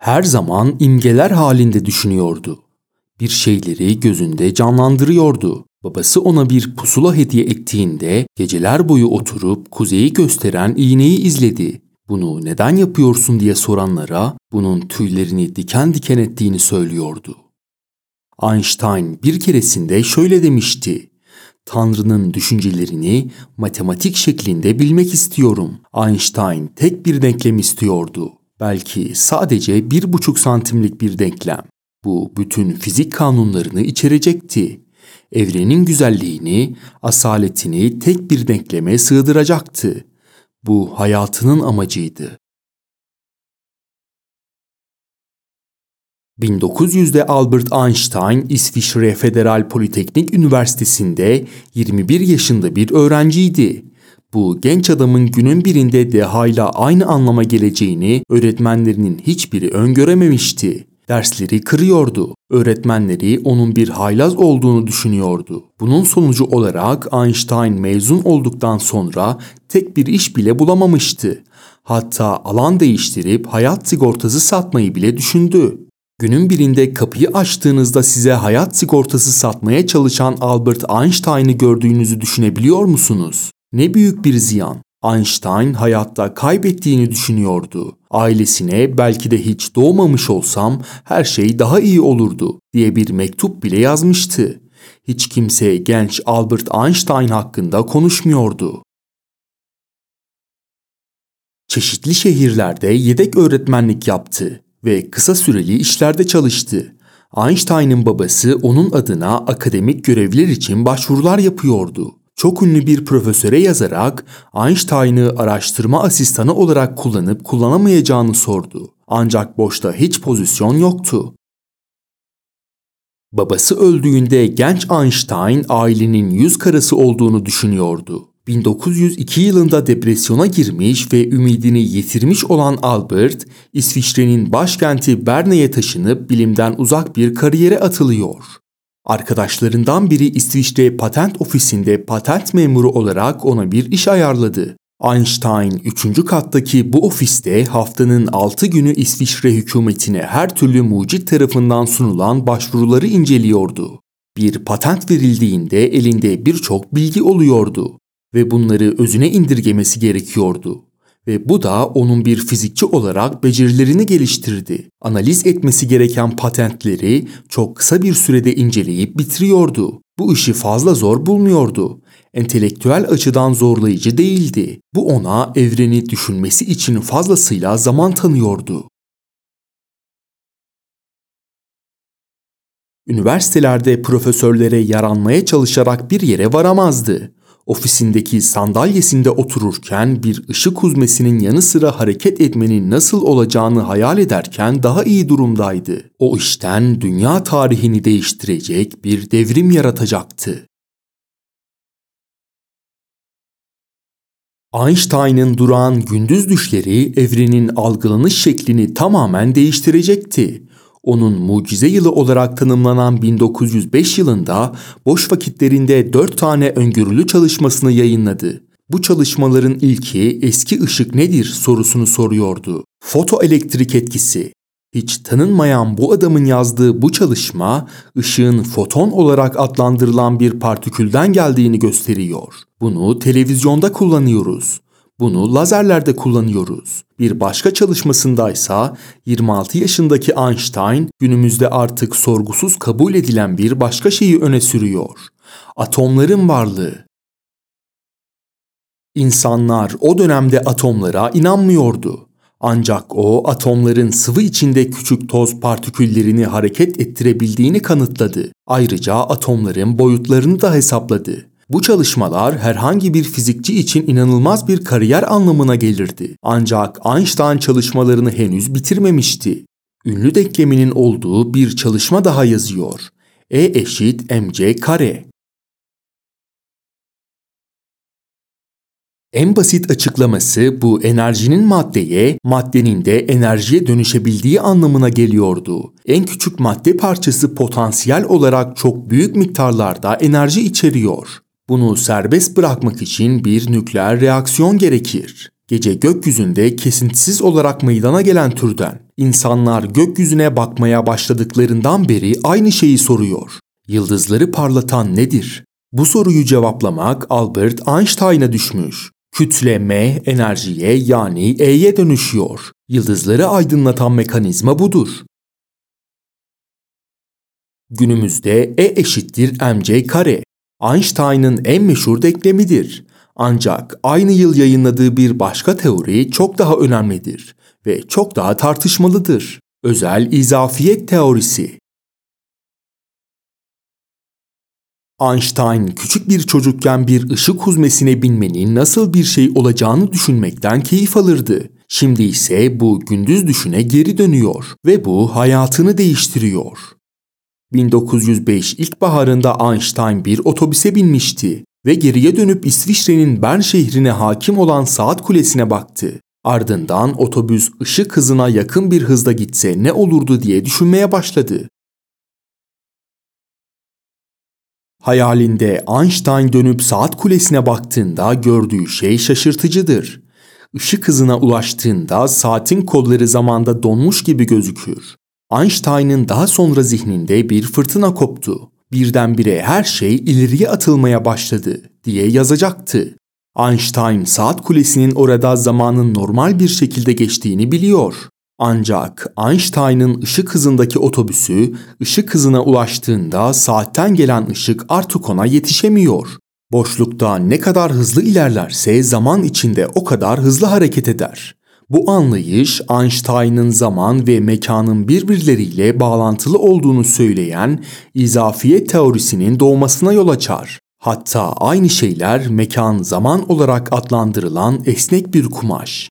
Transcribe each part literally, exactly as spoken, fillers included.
Her zaman imgeler halinde düşünüyordu. Bir şeyleri gözünde canlandırıyordu. Babası ona bir pusula hediye ettiğinde geceler boyu oturup kuzeyi gösteren iğneyi izledi. Bunu neden yapıyorsun diye soranlara bunun tüylerini diken diken ettiğini söylüyordu. Einstein bir keresinde şöyle demişti: Tanrı'nın düşüncelerini matematik şeklinde bilmek istiyorum. Einstein tek bir denklem istiyordu. Belki sadece bir buçuk santimlik bir denklem. Bu bütün fizik kanunlarını içerecekti. Evrenin güzelliğini, asaletini tek bir denkleme sığdıracaktı. Bu hayatının amacıydı. bin dokuz yüzde Albert Einstein, İsviçre Federal Politeknik Üniversitesi'nde yirmi bir yaşında bir öğrenciydi. Bu genç adamın günün birinde dehayla aynı anlama geleceğini öğretmenlerinin hiçbiri öngörememişti. Dersleri kırıyordu. Öğretmenleri onun bir haylaz olduğunu düşünüyordu. Bunun sonucu olarak Einstein mezun olduktan sonra tek bir iş bile bulamamıştı. Hatta alan değiştirip hayat sigortası satmayı bile düşündü. Günün birinde kapıyı açtığınızda size hayat sigortası satmaya çalışan Albert Einstein'ı gördüğünüzü düşünebiliyor musunuz? Ne büyük bir ziyan. Einstein hayatta kaybettiğini düşünüyordu. Ailesine belki de hiç doğmamış olsam her şey daha iyi olurdu diye bir mektup bile yazmıştı. Hiç kimse genç Albert Einstein hakkında konuşmuyordu. Çeşitli şehirlerde yedek öğretmenlik yaptı ve kısa süreli işlerde çalıştı. Einstein'ın babası onun adına akademik görevler için başvurular yapıyordu. Çok ünlü bir profesöre yazarak Einstein'ı araştırma asistanı olarak kullanıp kullanamayacağını sordu. Ancak boşta hiç pozisyon yoktu. Babası öldüğünde genç Einstein ailenin yüz karası olduğunu düşünüyordu. bin dokuz yüz iki yılında depresyona girmiş ve ümidini yitirmiş olan Albert, İsviçre'nin başkenti Berne'ye taşınıp bilimden uzak bir kariyere atılıyor. Arkadaşlarından biri İsviçre Patent Ofisi'nde patent memuru olarak ona bir iş ayarladı. Einstein üçüncü kattaki bu ofiste haftanın altı günü İsviçre hükümetine her türlü mucit tarafından sunulan başvuruları inceliyordu. Bir patent verildiğinde elinde birçok bilgi oluyordu ve bunları özüne indirgemesi gerekiyordu. Ve bu da onun bir fizikçi olarak becerilerini geliştirdi. Analiz etmesi gereken patentleri çok kısa bir sürede inceleyip bitiriyordu. Bu işi fazla zor bulmuyordu. Entelektüel açıdan zorlayıcı değildi. Bu ona evreni düşünmesi için fazlasıyla zaman tanıyordu. Üniversitelerde profesörlere yaranmaya çalışarak bir yere varamazdı. Ofisindeki sandalyesinde otururken bir ışık huzmesinin yanı sıra hareket etmenin nasıl olacağını hayal ederken daha iyi durumdaydı. O işten dünya tarihini değiştirecek bir devrim yaratacaktı. Einstein'ın durağan gündüz düşleri evrenin algılanış şeklini tamamen değiştirecekti. Onun mucize yılı olarak tanımlanan bin dokuz yüz beş yılında boş vakitlerinde dört tane öngörülü çalışmasını yayınladı. Bu çalışmaların ilki eski ışık nedir sorusunu soruyordu. Fotoelektrik etkisi. Hiç tanınmayan bu adamın yazdığı bu çalışma, ışığın foton olarak adlandırılan bir partikülden geldiğini gösteriyor. Bunu televizyonda kullanıyoruz. Bunu lazerlerde kullanıyoruz. Bir başka çalışmasındaysa yirmi altı yaşındaki Einstein günümüzde artık sorgusuz kabul edilen bir başka şeyi öne sürüyor. Atomların varlığı. İnsanlar o dönemde atomlara inanmıyordu. Ancak o atomların sıvı içinde küçük toz partiküllerini hareket ettirebildiğini kanıtladı. Ayrıca atomların boyutlarını da hesapladı. Bu çalışmalar herhangi bir fizikçi için inanılmaz bir kariyer anlamına gelirdi. Ancak Einstein çalışmalarını henüz bitirmemişti. Ünlü denkleminin olduğu bir çalışma daha yazıyor. E eşit mc kare. En basit açıklaması bu enerjinin maddeye, maddenin de enerjiye dönüşebildiği anlamına geliyordu. En küçük madde parçası potansiyel olarak çok büyük miktarlarda enerji içeriyor. Bunu serbest bırakmak için bir nükleer reaksiyon gerekir. Gece gökyüzünde kesintisiz olarak meydana gelen türden. İnsanlar gökyüzüne bakmaya başladıklarından beri aynı şeyi soruyor. Yıldızları parlatan nedir? Bu soruyu cevaplamak Albert Einstein'a düşmüş. Kütle M enerjiye yani E'ye dönüşüyor. Yıldızları aydınlatan mekanizma budur. Günümüzde E eşittir mc kare. Einstein'ın en meşhur denklemidir. Ancak aynı yıl yayınladığı bir başka teori çok daha önemlidir ve çok daha tartışmalıdır. Özel izafiyet teorisi. Einstein küçük bir çocukken bir ışık huzmesine binmenin nasıl bir şey olacağını düşünmekten keyif alırdı. Şimdi ise bu gündüz düşüne geri dönüyor ve bu hayatını değiştiriyor. bin dokuz yüz beş ilkbaharında Einstein bir otobüse binmişti ve geriye dönüp İsviçre'nin Bern şehrine hakim olan saat kulesine baktı. Ardından otobüs ışık hızına yakın bir hızda gitse ne olurdu diye düşünmeye başladı. Hayalinde Einstein dönüp saat kulesine baktığında gördüğü şey şaşırtıcıdır. Işık hızına ulaştığında saatin kolları zamanda donmuş gibi gözükür. Einstein'ın daha sonra zihninde bir fırtına koptu. Birdenbire her şey ileriye atılmaya başladı diye yazacaktı. Einstein saat kulesinin orada zamanın normal bir şekilde geçtiğini biliyor. Ancak Einstein'ın ışık hızındaki otobüsü ışık hızına ulaştığında saatten gelen ışık artık ona yetişemiyor. Boşlukta ne kadar hızlı ilerlerse zaman içinde o kadar hızlı hareket eder. Bu anlayış Einstein'ın zaman ve mekanın birbirleriyle bağlantılı olduğunu söyleyen izafiyet teorisinin doğmasına yol açar. Hatta aynı şeyler mekan zaman olarak adlandırılan esnek bir kumaş.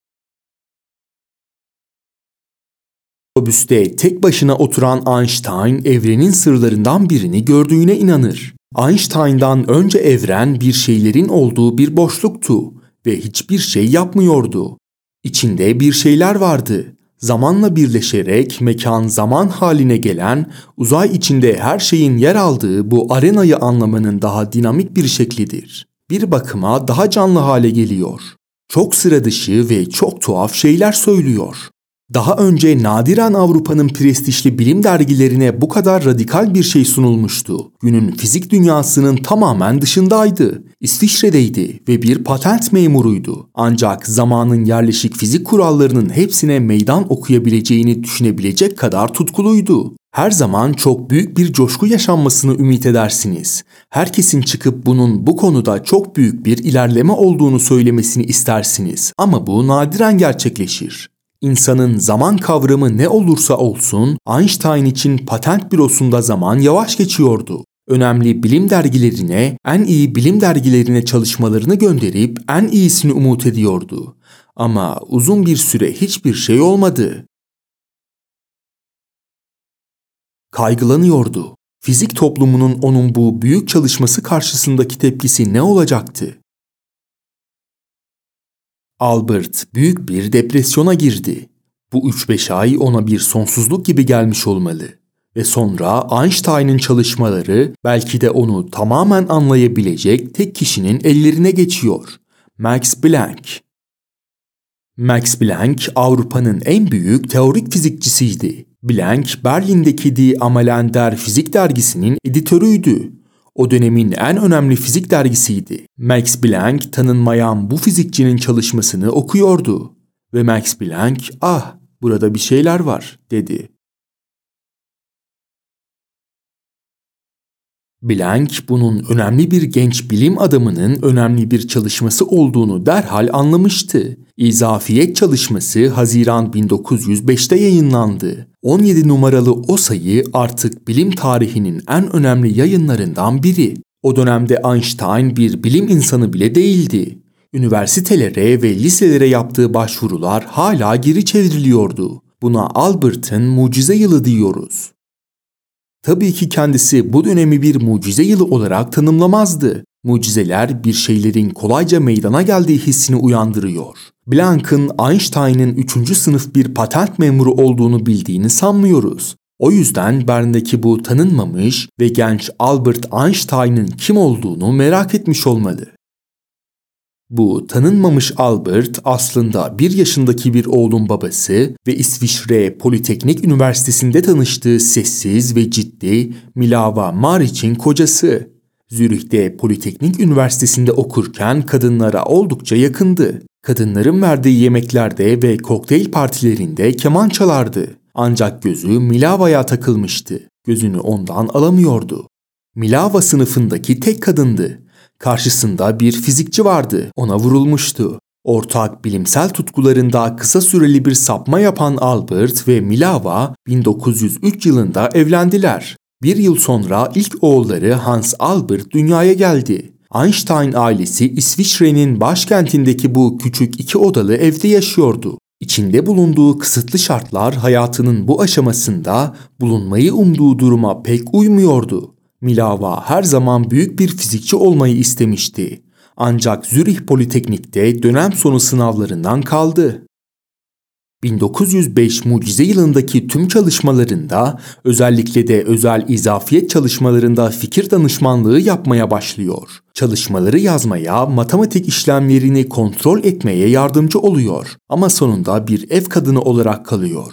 Otobüste tek başına oturan Einstein evrenin sırlarından birini gördüğüne inanır. Einstein'dan önce evren bir şeylerin olduğu bir boşluktu ve hiçbir şey yapmıyordu. İçinde bir şeyler vardı. Zamanla birleşerek mekan zaman haline gelen, uzay içinde her şeyin yer aldığı bu arenayı anlamanın daha dinamik bir şeklidir. Bir bakıma daha canlı hale geliyor. Çok sıra dışı ve çok tuhaf şeyler söylüyor. Daha önce nadiren Avrupa'nın prestijli bilim dergilerine bu kadar radikal bir şey sunulmuştu. Günün fizik dünyasının tamamen dışındaydı. İsviçre'deydi ve bir patent memuruydu. Ancak zamanın yerleşik fizik kurallarının hepsine meydan okuyabileceğini düşünebilecek kadar tutkuluydu. Her zaman çok büyük bir coşku yaşanmasını ümit edersiniz. Herkesin çıkıp bunun bu konuda çok büyük bir ilerleme olduğunu söylemesini istersiniz. Ama bu nadiren gerçekleşir. İnsanın zaman kavramı ne olursa olsun Einstein için patent bürosunda zaman yavaş geçiyordu. Önemli bilim dergilerine, en iyi bilim dergilerine çalışmalarını gönderip en iyisini umut ediyordu. Ama uzun bir süre hiçbir şey olmadı. Kaygılanıyordu. Fizik toplumunun onun bu büyük çalışması karşısındaki tepkisi ne olacaktı? Albert büyük bir depresyona girdi. Bu üç beş ay ona bir sonsuzluk gibi gelmiş olmalı. Ve sonra Einstein'ın çalışmaları belki de onu tamamen anlayabilecek tek kişinin ellerine geçiyor. Max Planck. Max Planck Avrupa'nın en büyük teorik fizikçisiydi. Planck, Berlin'deki Die Amalander Fizik dergisinin editörüydü. O dönemin en önemli fizik dergisiydi. Max Planck tanınmayan bu fizikçinin çalışmasını okuyordu. Ve Max Planck, "Ah, burada bir şeyler var," dedi. Planck bunun önemli bir genç bilim adamının önemli bir çalışması olduğunu derhal anlamıştı. İzafiyet çalışması Haziran bin dokuz yüz beşte yayınlandı. on yedi numaralı o sayı artık bilim tarihinin en önemli yayınlarından biri. O dönemde Einstein bir bilim insanı bile değildi. Üniversitelere ve liselere yaptığı başvurular hala geri çevriliyordu. Buna Albert'ın mucize yılı diyoruz. Tabii ki kendisi bu dönemi bir mucize yılı olarak tanımlamazdı. Mucizeler bir şeylerin kolayca meydana geldiği hissini uyandırıyor. Planck'ın Einstein'ın üçüncü sınıf bir patent memuru olduğunu bildiğini sanmıyoruz. O yüzden Bern'deki bu tanınmamış ve genç Albert Einstein'ın kim olduğunu merak etmiş olmalı. Bu tanınmamış Albert aslında bir yaşındaki bir oğlun babası ve İsviçre Politeknik Üniversitesi'nde tanıştığı sessiz ve ciddi Milava Marich'in kocası. Zürih'te Politeknik Üniversitesi'nde okurken kadınlara oldukça yakındı. Kadınların verdiği yemeklerde ve kokteyl partilerinde keman çalardı. Ancak gözü Milava'ya takılmıştı. Gözünü ondan alamıyordu. Milava sınıfındaki tek kadındı. Karşısında bir fizikçi vardı. Ona vurulmuştu. Ortak bilimsel tutkularında kısa süreli bir sapma yapan Albert ve Milava bin dokuz yüz üç yılında evlendiler. Bir yıl sonra ilk oğulları Hans Albert dünyaya geldi. Einstein ailesi İsviçre'nin başkentindeki bu küçük iki odalı evde yaşıyordu. İçinde bulunduğu kısıtlı şartlar hayatının bu aşamasında bulunmayı umduğu duruma pek uymuyordu. Milava her zaman büyük bir fizikçi olmayı istemişti. Ancak Zürih Politeknik'te dönem sonu sınavlarından kaldı. bin dokuz yüz beş mucize yılındaki tüm çalışmalarında, özellikle de özel izafiyet çalışmalarında fikir danışmanlığı yapmaya başlıyor. Çalışmaları yazmaya, matematik işlemlerini kontrol etmeye yardımcı oluyor ama sonunda bir ev kadını olarak kalıyor.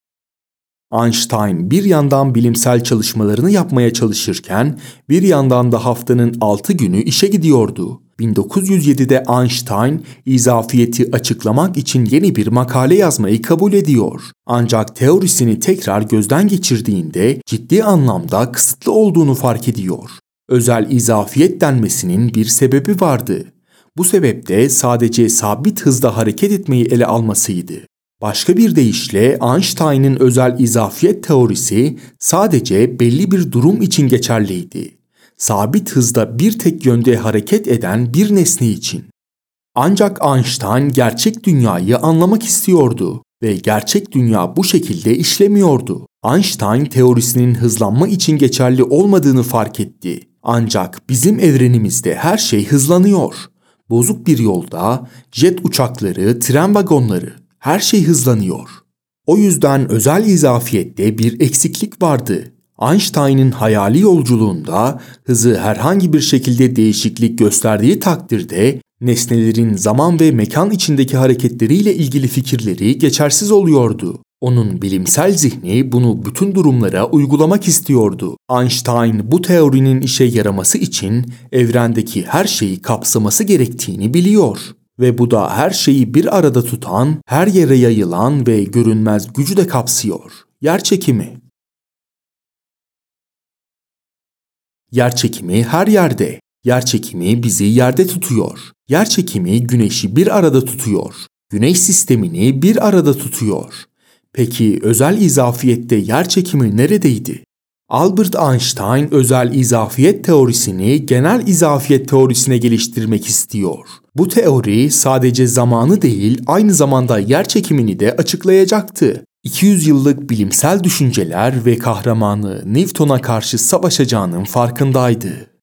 Einstein bir yandan bilimsel çalışmalarını yapmaya çalışırken bir yandan da haftanın altı günü işe gidiyordu. bin dokuz yüz yedide Einstein izafiyeti açıklamak için yeni bir makale yazmayı kabul ediyor. Ancak teorisini tekrar gözden geçirdiğinde ciddi anlamda kısıtlı olduğunu fark ediyor. Özel izafiyet denmesinin bir sebebi vardı. Bu sebep de sadece sabit hızda hareket etmeyi ele almasıydı. Başka bir deyişle Einstein'ın özel izafiyet teorisi sadece belli bir durum için geçerliydi. Sabit hızda bir tek yönde hareket eden bir nesne için. Ancak Einstein gerçek dünyayı anlamak istiyordu ve gerçek dünya bu şekilde işlemiyordu. Einstein teorisinin hızlanma için geçerli olmadığını fark etti. Ancak bizim evrenimizde her şey hızlanıyor. Bozuk bir yolda jet uçakları, tren vagonları, her şey hızlanıyor. O yüzden özel izafiyette bir eksiklik vardı. Einstein'ın hayali yolculuğunda hızı herhangi bir şekilde değişiklik gösterdiği takdirde nesnelerin zaman ve mekan içindeki hareketleriyle ilgili fikirleri geçersiz oluyordu. Onun bilimsel zihni bunu bütün durumlara uygulamak istiyordu. Einstein bu teorinin işe yaraması için evrendeki her şeyi kapsaması gerektiğini biliyor. Ve bu da her şeyi bir arada tutan, her yere yayılan ve görünmez gücü de kapsıyor. Yerçekimi. Yerçekimi her yerde. Yerçekimi bizi yerde tutuyor. Yerçekimi güneşi bir arada tutuyor. Güneş sistemini bir arada tutuyor. Peki özel izafiyette yerçekimi neredeydi? Albert Einstein özel izafiyet teorisini genel izafiyet teorisine geliştirmek istiyor. Bu teori sadece zamanı değil, aynı zamanda yerçekimini de açıklayacaktı. iki yüz yıllık bilimsel düşünceler ve kahramanı Newton'a karşı savaşacağının farkındaydı.